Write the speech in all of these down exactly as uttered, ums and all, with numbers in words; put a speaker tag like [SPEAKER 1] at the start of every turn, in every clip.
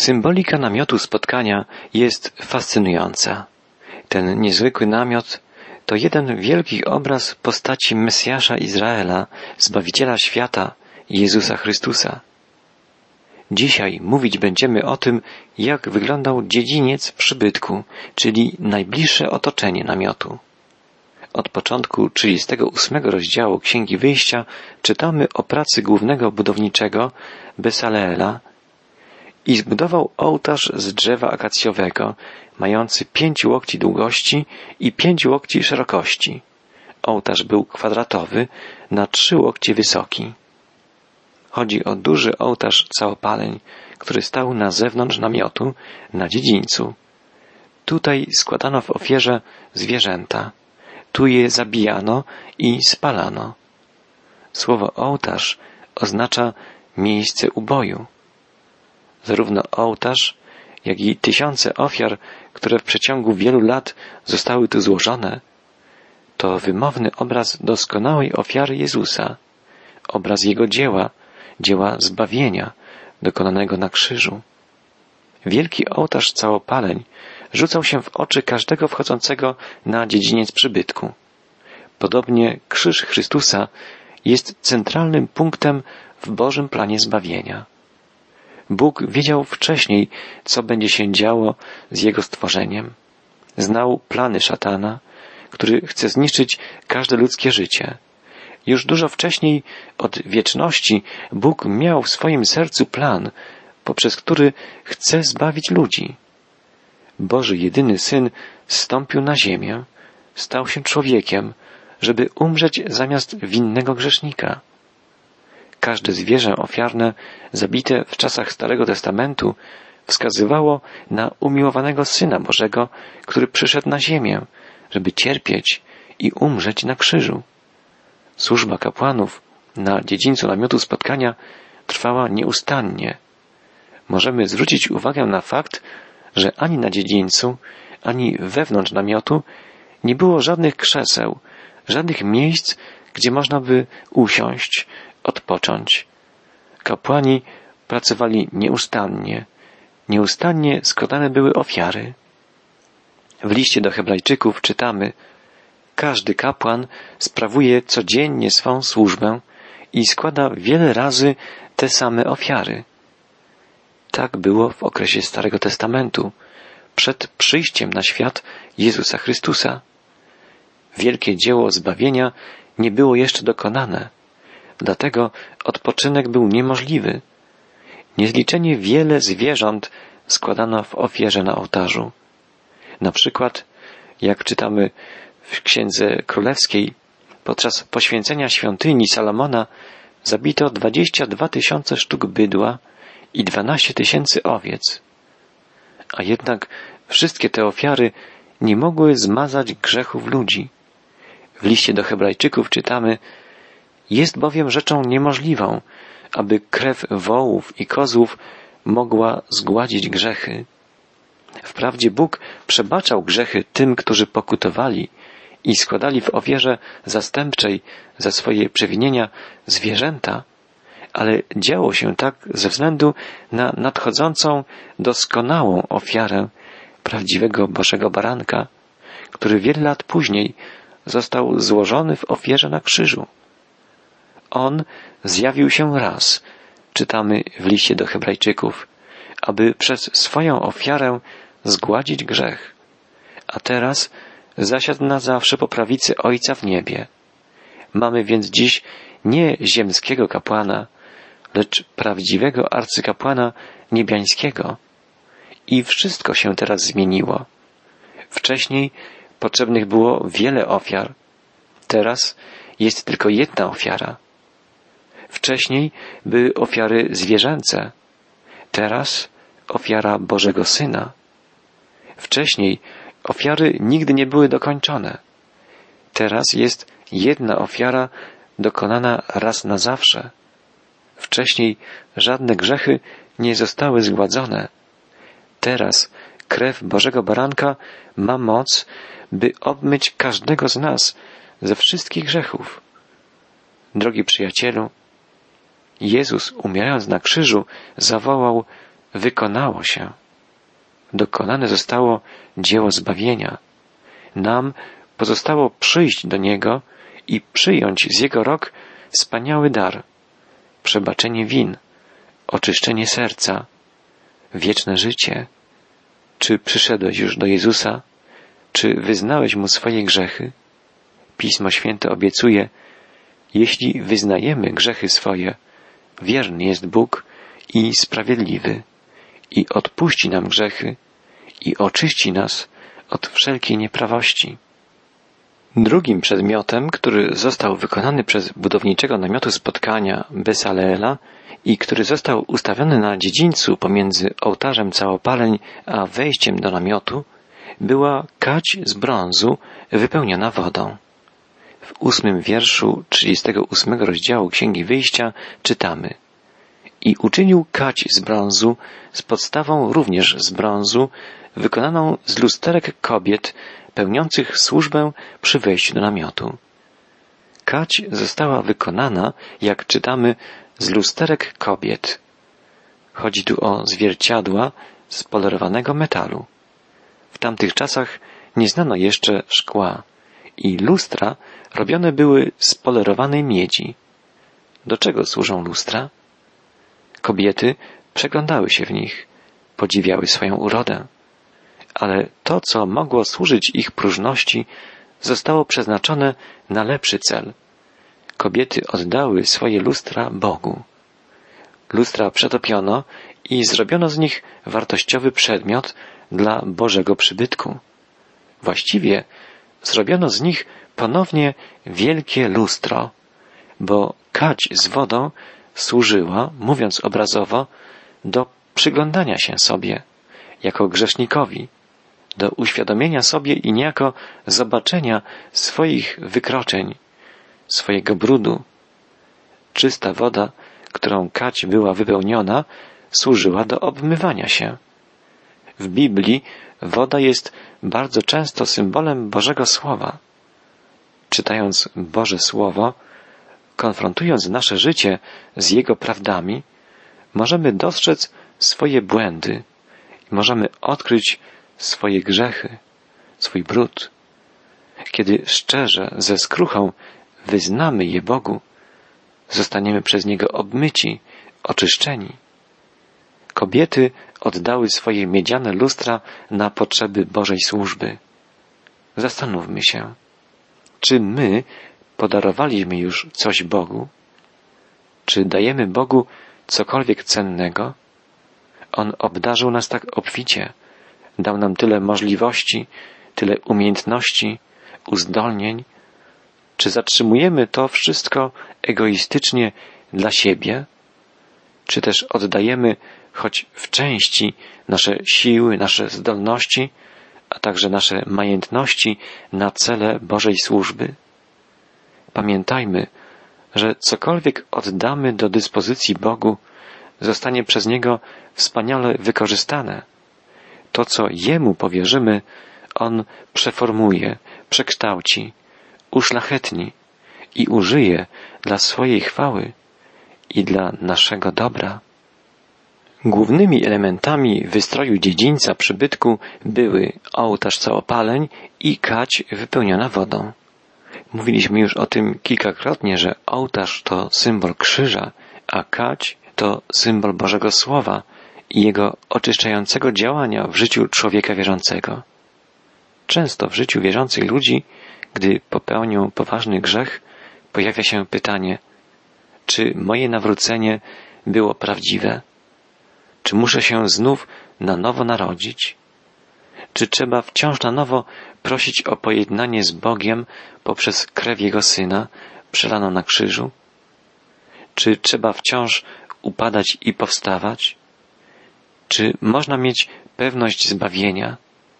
[SPEAKER 1] Symbolika namiotu spotkania jest fascynująca. Ten niezwykły namiot to jeden wielki obraz postaci Mesjasza Izraela, Zbawiciela świata, Jezusa Chrystusa. Dzisiaj mówić będziemy o tym, jak wyglądał dziedziniec przybytku, czyli najbliższe otoczenie namiotu. Od początku trzydziestego ósmego rozdziału Księgi Wyjścia czytamy o pracy głównego budowniczego Besaleela. I zbudował ołtarz z drzewa akacjowego, mający pięć łokci długości i pięć łokci szerokości. Ołtarz był kwadratowy, na trzy łokcie wysoki. Chodzi o duży ołtarz całopaleń, który stał na zewnątrz namiotu, na dziedzińcu. Tutaj składano w ofierze zwierzęta. Tu je zabijano i spalano. Słowo ołtarz oznacza miejsce uboju. Zarówno ołtarz, jak i tysiące ofiar, które w przeciągu wielu lat zostały tu złożone, to wymowny obraz doskonałej ofiary Jezusa, obraz Jego dzieła, dzieła zbawienia dokonanego na krzyżu. Wielki ołtarz całopaleń rzucał się w oczy każdego wchodzącego na dziedziniec przybytku. Podobnie krzyż Chrystusa jest centralnym punktem w Bożym planie zbawienia. Bóg wiedział wcześniej, co będzie się działo z Jego stworzeniem. Znał plany szatana, który chce zniszczyć każde ludzkie życie. Już dużo wcześniej, od wieczności, Bóg miał w swoim sercu plan, poprzez który chce zbawić ludzi. Boży jedyny Syn zstąpił na ziemię, stał się człowiekiem, żeby umrzeć zamiast winnego grzesznika. Każde zwierzę ofiarne zabite w czasach Starego Testamentu wskazywało na umiłowanego Syna Bożego, który przyszedł na ziemię, żeby cierpieć i umrzeć na krzyżu. Służba kapłanów na dziedzińcu namiotu spotkania trwała nieustannie. Możemy zwrócić uwagę na fakt, że ani na dziedzińcu, ani wewnątrz namiotu nie było żadnych krzeseł, żadnych miejsc, gdzie można by usiąść, odpocząć. Kapłani pracowali nieustannie. Nieustannie składane były ofiary. W liście do Hebrajczyków czytamy: każdy kapłan sprawuje codziennie swą służbę i składa wiele razy te same ofiary. Tak było w okresie Starego Testamentu, przed przyjściem na świat Jezusa Chrystusa. Wielkie dzieło zbawienia nie było jeszcze dokonane. Dlatego odpoczynek był niemożliwy. Niezliczenie wiele zwierząt składano w ofierze na ołtarzu. Na przykład, jak czytamy w Księdze Królewskiej, podczas poświęcenia świątyni Salomona zabito dwadzieścia dwa tysiące sztuk bydła i dwanaście tysięcy owiec. A jednak wszystkie te ofiary nie mogły zmazać grzechów ludzi. W liście do Hebrajczyków czytamy: jest bowiem rzeczą niemożliwą, aby krew wołów i kozłów mogła zgładzić grzechy. Wprawdzie Bóg przebaczał grzechy tym, którzy pokutowali i składali w ofierze zastępczej za swoje przewinienia zwierzęta, ale działo się tak ze względu na nadchodzącą, doskonałą ofiarę prawdziwego Bożego Baranka, który wiele lat później został złożony w ofierze na krzyżu. On zjawił się raz, czytamy w liście do Hebrajczyków, aby przez swoją ofiarę zgładzić grzech. A teraz zasiadł na zawsze po prawicy Ojca w niebie. Mamy więc dziś nie ziemskiego kapłana, lecz prawdziwego arcykapłana niebiańskiego. I wszystko się teraz zmieniło. Wcześniej potrzebnych było wiele ofiar. Teraz jest tylko jedna ofiara. Wcześniej były ofiary zwierzęce. Teraz ofiara Bożego Syna. Wcześniej ofiary nigdy nie były dokończone. Teraz jest jedna ofiara dokonana raz na zawsze. Wcześniej żadne grzechy nie zostały zgładzone. Teraz krew Bożego Baranka ma moc, by obmyć każdego z nas ze wszystkich grzechów. Drogi przyjacielu, Jezus, umierając na krzyżu, zawołał: wykonało się. Dokonane zostało dzieło zbawienia. Nam pozostało przyjść do Niego i przyjąć z Jego rąk wspaniały dar, przebaczenie win, oczyszczenie serca, wieczne życie. Czy przyszedłeś już do Jezusa? Czy wyznałeś Mu swoje grzechy? Pismo Święte obiecuje, jeśli wyznajemy grzechy swoje, wierny jest Bóg i sprawiedliwy i odpuści nam grzechy i oczyści nas od wszelkiej nieprawości. Drugim przedmiotem, który został wykonany przez budowniczego namiotu spotkania Besaleela i który został ustawiony na dziedzińcu pomiędzy ołtarzem całopaleń a wejściem do namiotu, była kać z brązu wypełniona wodą. W ósmym wierszu trzydziestego ósmego rozdziału Księgi Wyjścia czytamy: I uczynił kać z brązu z podstawą również z brązu, wykonaną z lusterek kobiet pełniących służbę przy wejściu do namiotu. Kać została wykonana, jak czytamy, z lusterek kobiet. Chodzi tu o zwierciadła z polerowanego metalu. W tamtych czasach nie znano jeszcze szkła i lustra robione były z polerowanej miedzi. Do czego służą lustra? Kobiety przeglądały się w nich, podziwiały swoją urodę, ale to, co mogło służyć ich próżności, zostało przeznaczone na lepszy cel. Kobiety oddały swoje lustra Bogu. Lustra przetopiono i zrobiono z nich wartościowy przedmiot dla Bożego przybytku. Właściwie zrobiono z nich ponownie wielkie lustro, bo kać z wodą służyła, mówiąc obrazowo, do przyglądania się sobie jako grzesznikowi, do uświadomienia sobie i niejako zobaczenia swoich wykroczeń, swojego brudu. Czysta woda, którą kać była wypełniona, służyła do obmywania się. W Biblii woda jest bardzo często symbolem Bożego Słowa. Czytając Boże Słowo, konfrontując nasze życie z Jego prawdami, możemy dostrzec swoje błędy i możemy odkryć swoje grzechy, swój brud. Kiedy szczerze, ze skruchą wyznamy je Bogu, zostaniemy przez Niego obmyci, oczyszczeni. Kobiety oddały swoje miedziane lustra na potrzeby Bożej służby. Zastanówmy się, czy my podarowaliśmy już coś Bogu? Czy dajemy Bogu cokolwiek cennego? On obdarzył nas tak obficie, dał nam tyle możliwości, tyle umiejętności, uzdolnień. Czy zatrzymujemy to wszystko egoistycznie dla siebie? Czy też oddajemy choć w części nasze siły, nasze zdolności, a także nasze majętności na cele Bożej służby? Pamiętajmy, że cokolwiek oddamy do dyspozycji Bogu, zostanie przez Niego wspaniale wykorzystane. To, co Jemu powierzymy, On przeformuje, przekształci, uszlachetni i użyje dla swojej chwały i dla naszego dobra. Głównymi elementami wystroju dziedzińca przybytku były ołtarz całopaleń i kać wypełniona wodą. Mówiliśmy już o tym kilkakrotnie, że ołtarz to symbol krzyża, a kać to symbol Bożego Słowa i Jego oczyszczającego działania w życiu człowieka wierzącego. Często w życiu wierzących ludzi, gdy popełnią poważny grzech, pojawia się pytanie, czy moje nawrócenie było prawdziwe? Czy muszę się znów na nowo narodzić? Czy trzeba wciąż na nowo prosić o pojednanie z Bogiem poprzez krew Jego Syna przelaną na krzyżu? Czy trzeba wciąż upadać i powstawać? Czy można mieć pewność zbawienia?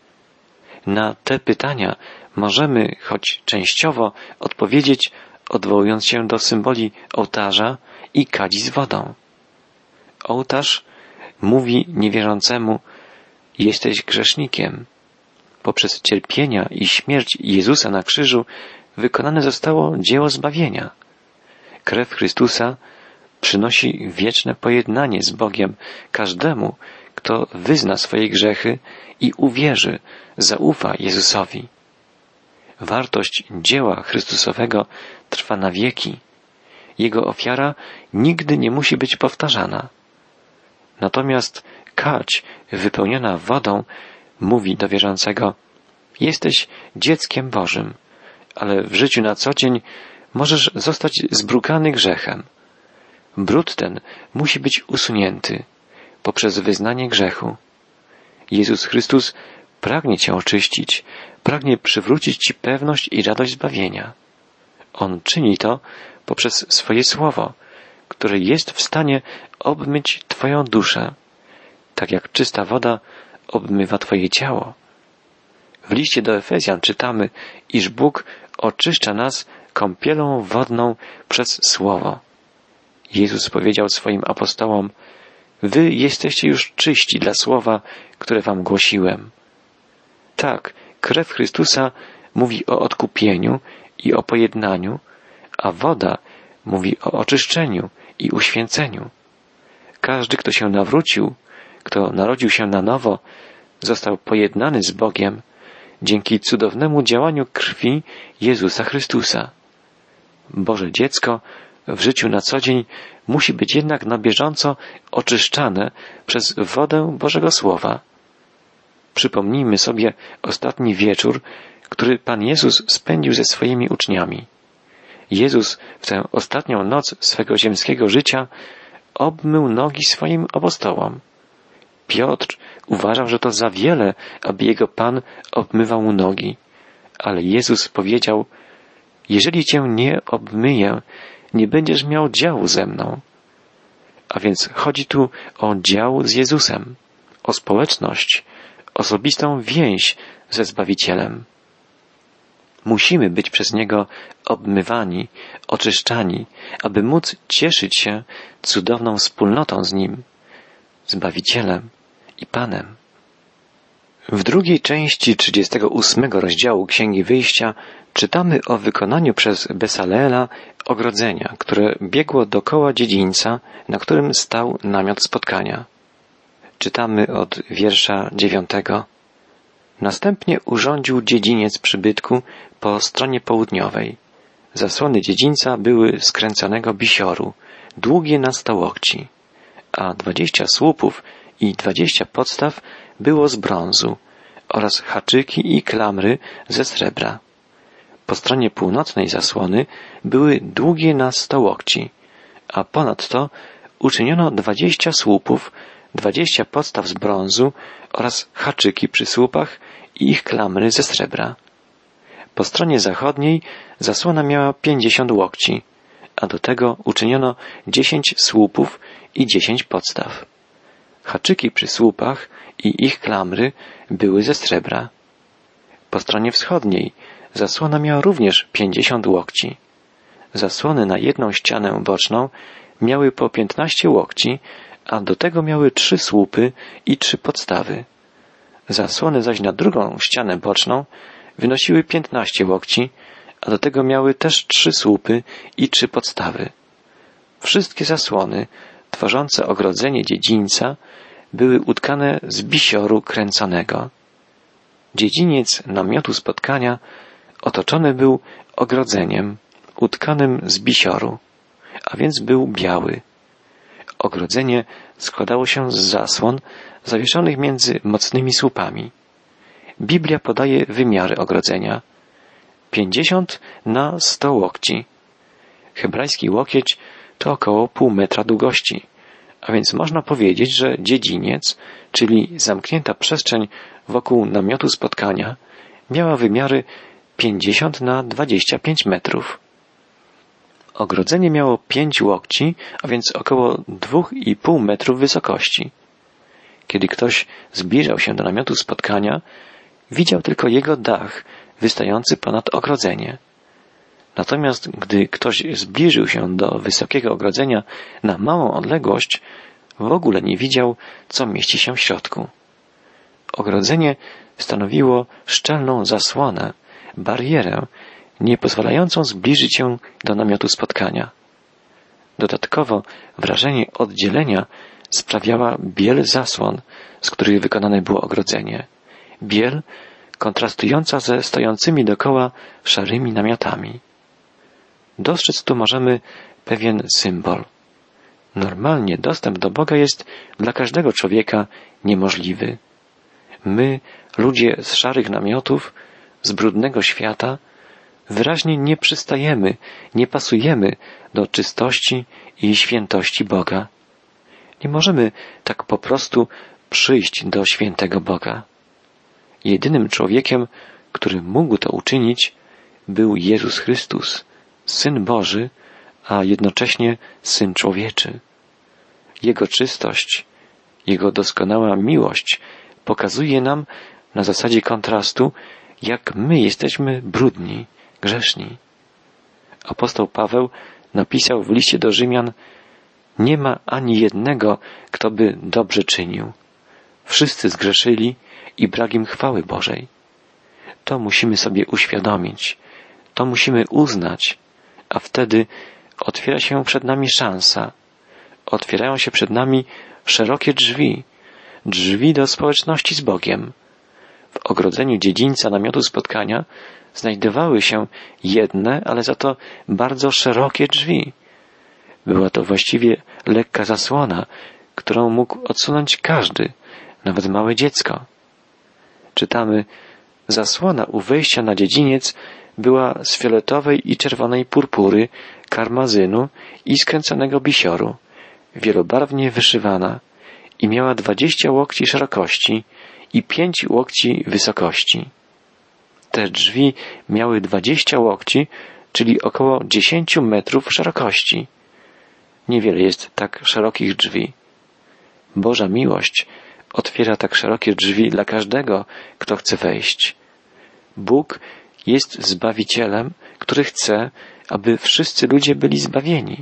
[SPEAKER 1] Na te pytania możemy, choć częściowo, odpowiedzieć, odwołując się do symboli ołtarza i kadzi z wodą. Ołtarz mówi niewierzącemu: jesteś grzesznikiem. Poprzez cierpienia i śmierć Jezusa na krzyżu wykonane zostało dzieło zbawienia. Krew Chrystusa przynosi wieczne pojednanie z Bogiem każdemu, kto wyzna swoje grzechy i uwierzy, zaufa Jezusowi. Wartość dzieła Chrystusowego trwa na wieki. Jego ofiara nigdy nie musi być powtarzana. Natomiast kać wypełniona wodą mówi do wierzącego: jesteś dzieckiem Bożym, ale w życiu na co dzień możesz zostać zbrukany grzechem. Brud ten musi być usunięty poprzez wyznanie grzechu. Jezus Chrystus pragnie Cię oczyścić, pragnie przywrócić Ci pewność i radość zbawienia. On czyni to poprzez swoje słowo, które jest w stanie obmyć Twoją duszę, tak jak czysta woda obmywa Twoje ciało. W liście do Efezjan czytamy, iż Bóg oczyszcza nas kąpielą wodną przez słowo. Jezus powiedział swoim apostołom: wy jesteście już czyści dla słowa, które wam głosiłem. Tak, krew Chrystusa mówi o odkupieniu i o pojednaniu, a woda mówi o oczyszczeniu i uświęceniu. Każdy, kto się nawrócił, kto narodził się na nowo, został pojednany z Bogiem dzięki cudownemu działaniu krwi Jezusa Chrystusa. Boże dziecko w życiu na co dzień musi być jednak na bieżąco oczyszczane przez wodę Bożego Słowa. Przypomnijmy sobie ostatni wieczór, który Pan Jezus spędził ze swoimi uczniami. Jezus w tę ostatnią noc swego ziemskiego życia obmył nogi swoim apostołom. Piotr uważał, że to za wiele, aby jego Pan obmywał mu nogi. Ale Jezus powiedział: jeżeli Cię nie obmyję, nie będziesz miał działu ze mną. A więc chodzi tu o dział z Jezusem, o społeczność, osobistą więź ze Zbawicielem. Musimy być przez Niego obmywani, oczyszczani, aby móc cieszyć się cudowną wspólnotą z Nim, Zbawicielem i Panem. W drugiej części trzydziestego ósmego rozdziału Księgi Wyjścia czytamy o wykonaniu przez Besaleela ogrodzenia, które biegło dokoła dziedzińca, na którym stał namiot spotkania. Czytamy od wiersza dziewiątego. Następnie urządził dziedziniec przybytku po stronie południowej. Zasłony dziedzińca były skręcanego bisioru, długie na sto łokci, a dwadzieścia słupów i dwadzieścia podstaw było z brązu oraz haczyki i klamry ze srebra. Po stronie północnej zasłony były długie na sto łokci, a ponadto uczyniono dwadzieścia słupów, dwadzieścia podstaw z brązu oraz haczyki przy słupach i ich klamry ze srebra. Po stronie zachodniej zasłona miała pięćdziesiąt łokci, a do tego uczyniono dziesięć słupów i dziesięć podstaw. Haczyki przy słupach i ich klamry były ze srebra. Po stronie wschodniej zasłona miała również pięćdziesiąt łokci. Zasłony na jedną ścianę boczną miały po piętnaście łokci, a do tego miały trzy słupy i trzy podstawy. Zasłony zaś na drugą ścianę boczną wynosiły piętnaście łokci, a do tego miały też trzy słupy i trzy podstawy. Wszystkie zasłony tworzące ogrodzenie dziedzińca były utkane z bisioru kręconego. Dziedziniec namiotu spotkania otoczony był ogrodzeniem utkanym z bisioru, a więc był biały. Ogrodzenie składało się z zasłon zawieszonych między mocnymi słupami. Biblia podaje wymiary ogrodzenia: pięćdziesiąt na sto łokci. Hebrajski łokieć to około pół metra długości, a więc można powiedzieć, że dziedziniec, czyli zamknięta przestrzeń wokół namiotu spotkania, miała wymiary pięćdziesiąt na dwadzieścia pięć metrów. Ogrodzenie miało pięć łokci, a więc około dwóch i pół metrów wysokości. Kiedy ktoś zbliżał się do namiotu spotkania, widział tylko jego dach wystający ponad ogrodzenie. Natomiast gdy ktoś zbliżył się do wysokiego ogrodzenia na małą odległość, w ogóle nie widział, co mieści się w środku. Ogrodzenie stanowiło szczelną zasłonę, barierę, nie pozwalającą zbliżyć się do namiotu spotkania. Dodatkowo wrażenie oddzielenia sprawiała biel zasłon, z których wykonane było ogrodzenie. Biel kontrastująca ze stojącymi dokoła szarymi namiotami. Dostrzec tu możemy pewien symbol. Normalnie dostęp do Boga jest dla każdego człowieka niemożliwy. My, ludzie z szarych namiotów, z brudnego świata, wyraźnie nie przystajemy, nie pasujemy do czystości i świętości Boga. Nie możemy tak po prostu przyjść do świętego Boga. Jedynym człowiekiem, który mógł to uczynić, był Jezus Chrystus, Syn Boży, a jednocześnie Syn Człowieczy. Jego czystość, Jego doskonała miłość pokazuje nam na zasadzie kontrastu, jak my jesteśmy brudni, grzeszni. Apostoł Paweł napisał w liście do Rzymian: nie ma ani jednego, kto by dobrze czynił. Wszyscy zgrzeszyli i brak im chwały Bożej. To musimy sobie uświadomić, to musimy uznać, a wtedy otwiera się przed nami szansa. Otwierają się przed nami szerokie drzwi, drzwi do społeczności z Bogiem. W ogrodzeniu dziedzińca namiotu spotkania znajdowały się jedne, ale za to bardzo szerokie drzwi. Była to właściwie lekka zasłona, którą mógł odsunąć każdy, nawet małe dziecko. Czytamy: zasłona u wejścia na dziedziniec była z fioletowej i czerwonej purpury, karmazynu i skręconego bisioru, wielobarwnie wyszywana i miała dwadzieścia łokci szerokości i pięć łokci wysokości. Te drzwi miały dwadzieścia łokci, czyli około dziesięciu metrów szerokości. Niewiele jest tak szerokich drzwi. Boża miłość otwiera tak szerokie drzwi dla każdego, kto chce wejść. Bóg jest Zbawicielem, który chce, aby wszyscy ludzie byli zbawieni.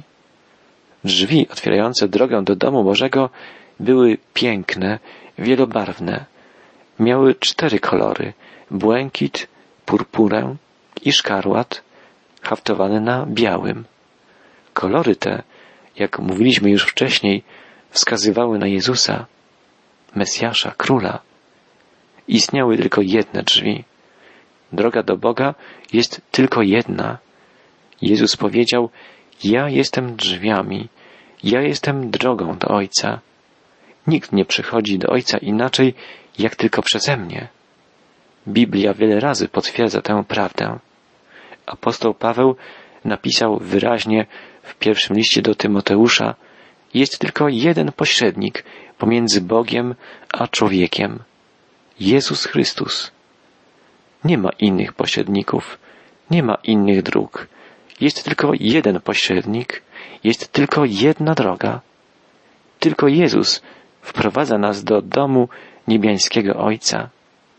[SPEAKER 1] Drzwi otwierające drogę do domu Bożego były piękne, wielobarwne. Miały cztery kolory: błękit, purpurę i szkarłat, haftowane na białym. Kolory te, jak mówiliśmy już wcześniej, wskazywały na Jezusa, Mesjasza, Króla. Istniały tylko jedne drzwi. Droga do Boga jest tylko jedna. Jezus powiedział: ja jestem drzwiami, ja jestem drogą do Ojca. Nikt nie przychodzi do Ojca inaczej, jak tylko przeze mnie. Biblia wiele razy potwierdza tę prawdę. Apostoł Paweł napisał wyraźnie w pierwszym liście do Tymoteusza: jest tylko jeden pośrednik pomiędzy Bogiem a człowiekiem. Jezus Chrystus. Nie ma innych pośredników, nie ma innych dróg. Jest tylko jeden pośrednik, jest tylko jedna droga. Tylko Jezus wprowadza nas do domu niebiańskiego Ojca.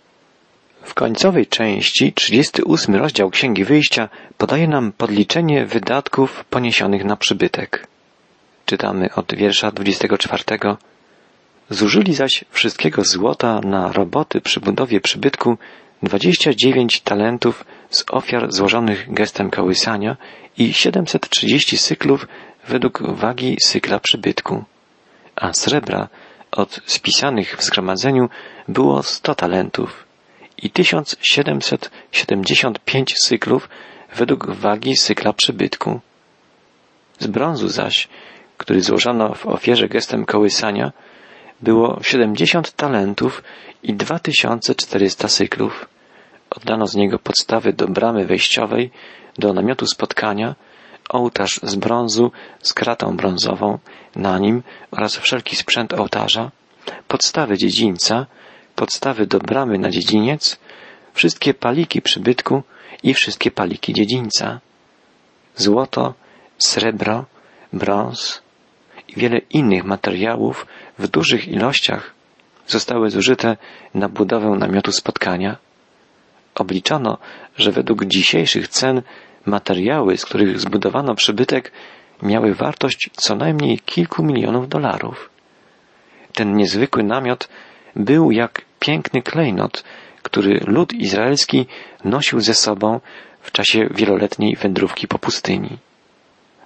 [SPEAKER 1] W końcowej części trzydziesty ósmy rozdział Księgi Wyjścia podaje nam podliczenie wydatków poniesionych na przybytek. Czytamy od wiersza dwudziestego czwartego. Zużyli zaś wszystkiego złota na roboty przy budowie przybytku dwadzieścia dziewięć talentów z ofiar złożonych gestem kołysania i siedemset trzydzieści syklów według wagi sykla przybytku. A srebra od spisanych w zgromadzeniu było sto talentów i tysiąc siedemset siedemdziesiąt pięć syklów według wagi sykla przybytku. Z brązu zaś, który złożono w ofierze gestem kołysania, było siedemdziesiąt talentów i dwa tysiące czterysta syklów. Oddano z niego podstawy do bramy wejściowej, do namiotu spotkania, ołtarz z brązu z kratą brązową na nim oraz wszelki sprzęt ołtarza, podstawy dziedzińca, podstawy do bramy na dziedziniec, wszystkie paliki przybytku i wszystkie paliki dziedzińca, złoto, srebro, brąz i wiele innych materiałów w dużych ilościach zostały zużyte na budowę namiotu spotkania. Obliczono, że według dzisiejszych cen materiały, z których zbudowano przybytek, miały wartość co najmniej kilku milionów dolarów. Ten niezwykły namiot był jak piękny klejnot, który lud izraelski nosił ze sobą w czasie wieloletniej wędrówki po pustyni.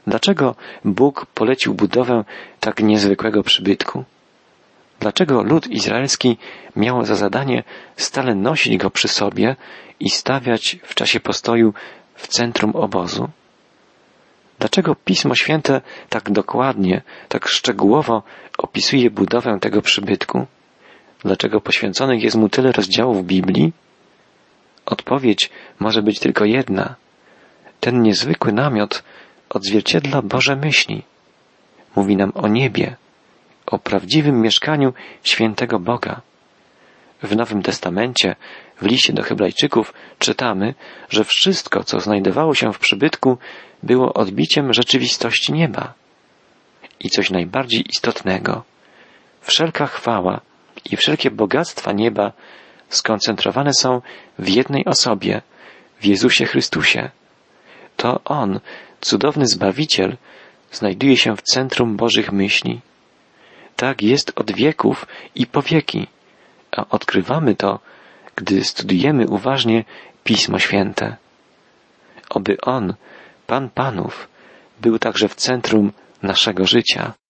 [SPEAKER 1] Dlaczego Bóg polecił budowę tak niezwykłego przybytku? Dlaczego lud izraelski miał za zadanie stale nosić go przy sobie i stawiać w czasie postoju w centrum obozu? Dlaczego Pismo Święte tak dokładnie, tak szczegółowo opisuje budowę tego przybytku? Dlaczego poświęconych jest mu tyle rozdziałów Biblii? Odpowiedź może być tylko jedna. Ten niezwykły namiot odzwierciedla Boże myśli. Mówi nam o niebie, o prawdziwym mieszkaniu świętego Boga. W Nowym Testamencie, w liście do Hebrajczyków czytamy, że wszystko, co znajdowało się w przybytku, było odbiciem rzeczywistości nieba. I coś najbardziej istotnego. Wszelka chwała i wszelkie bogactwa nieba skoncentrowane są w jednej osobie, w Jezusie Chrystusie. To On, cudowny Zbawiciel, znajduje się w centrum Bożych myśli. Tak jest od wieków i po wieki, a odkrywamy to, gdy studiujemy uważnie Pismo Święte. Oby On, Pan Panów, był także w centrum naszego życia.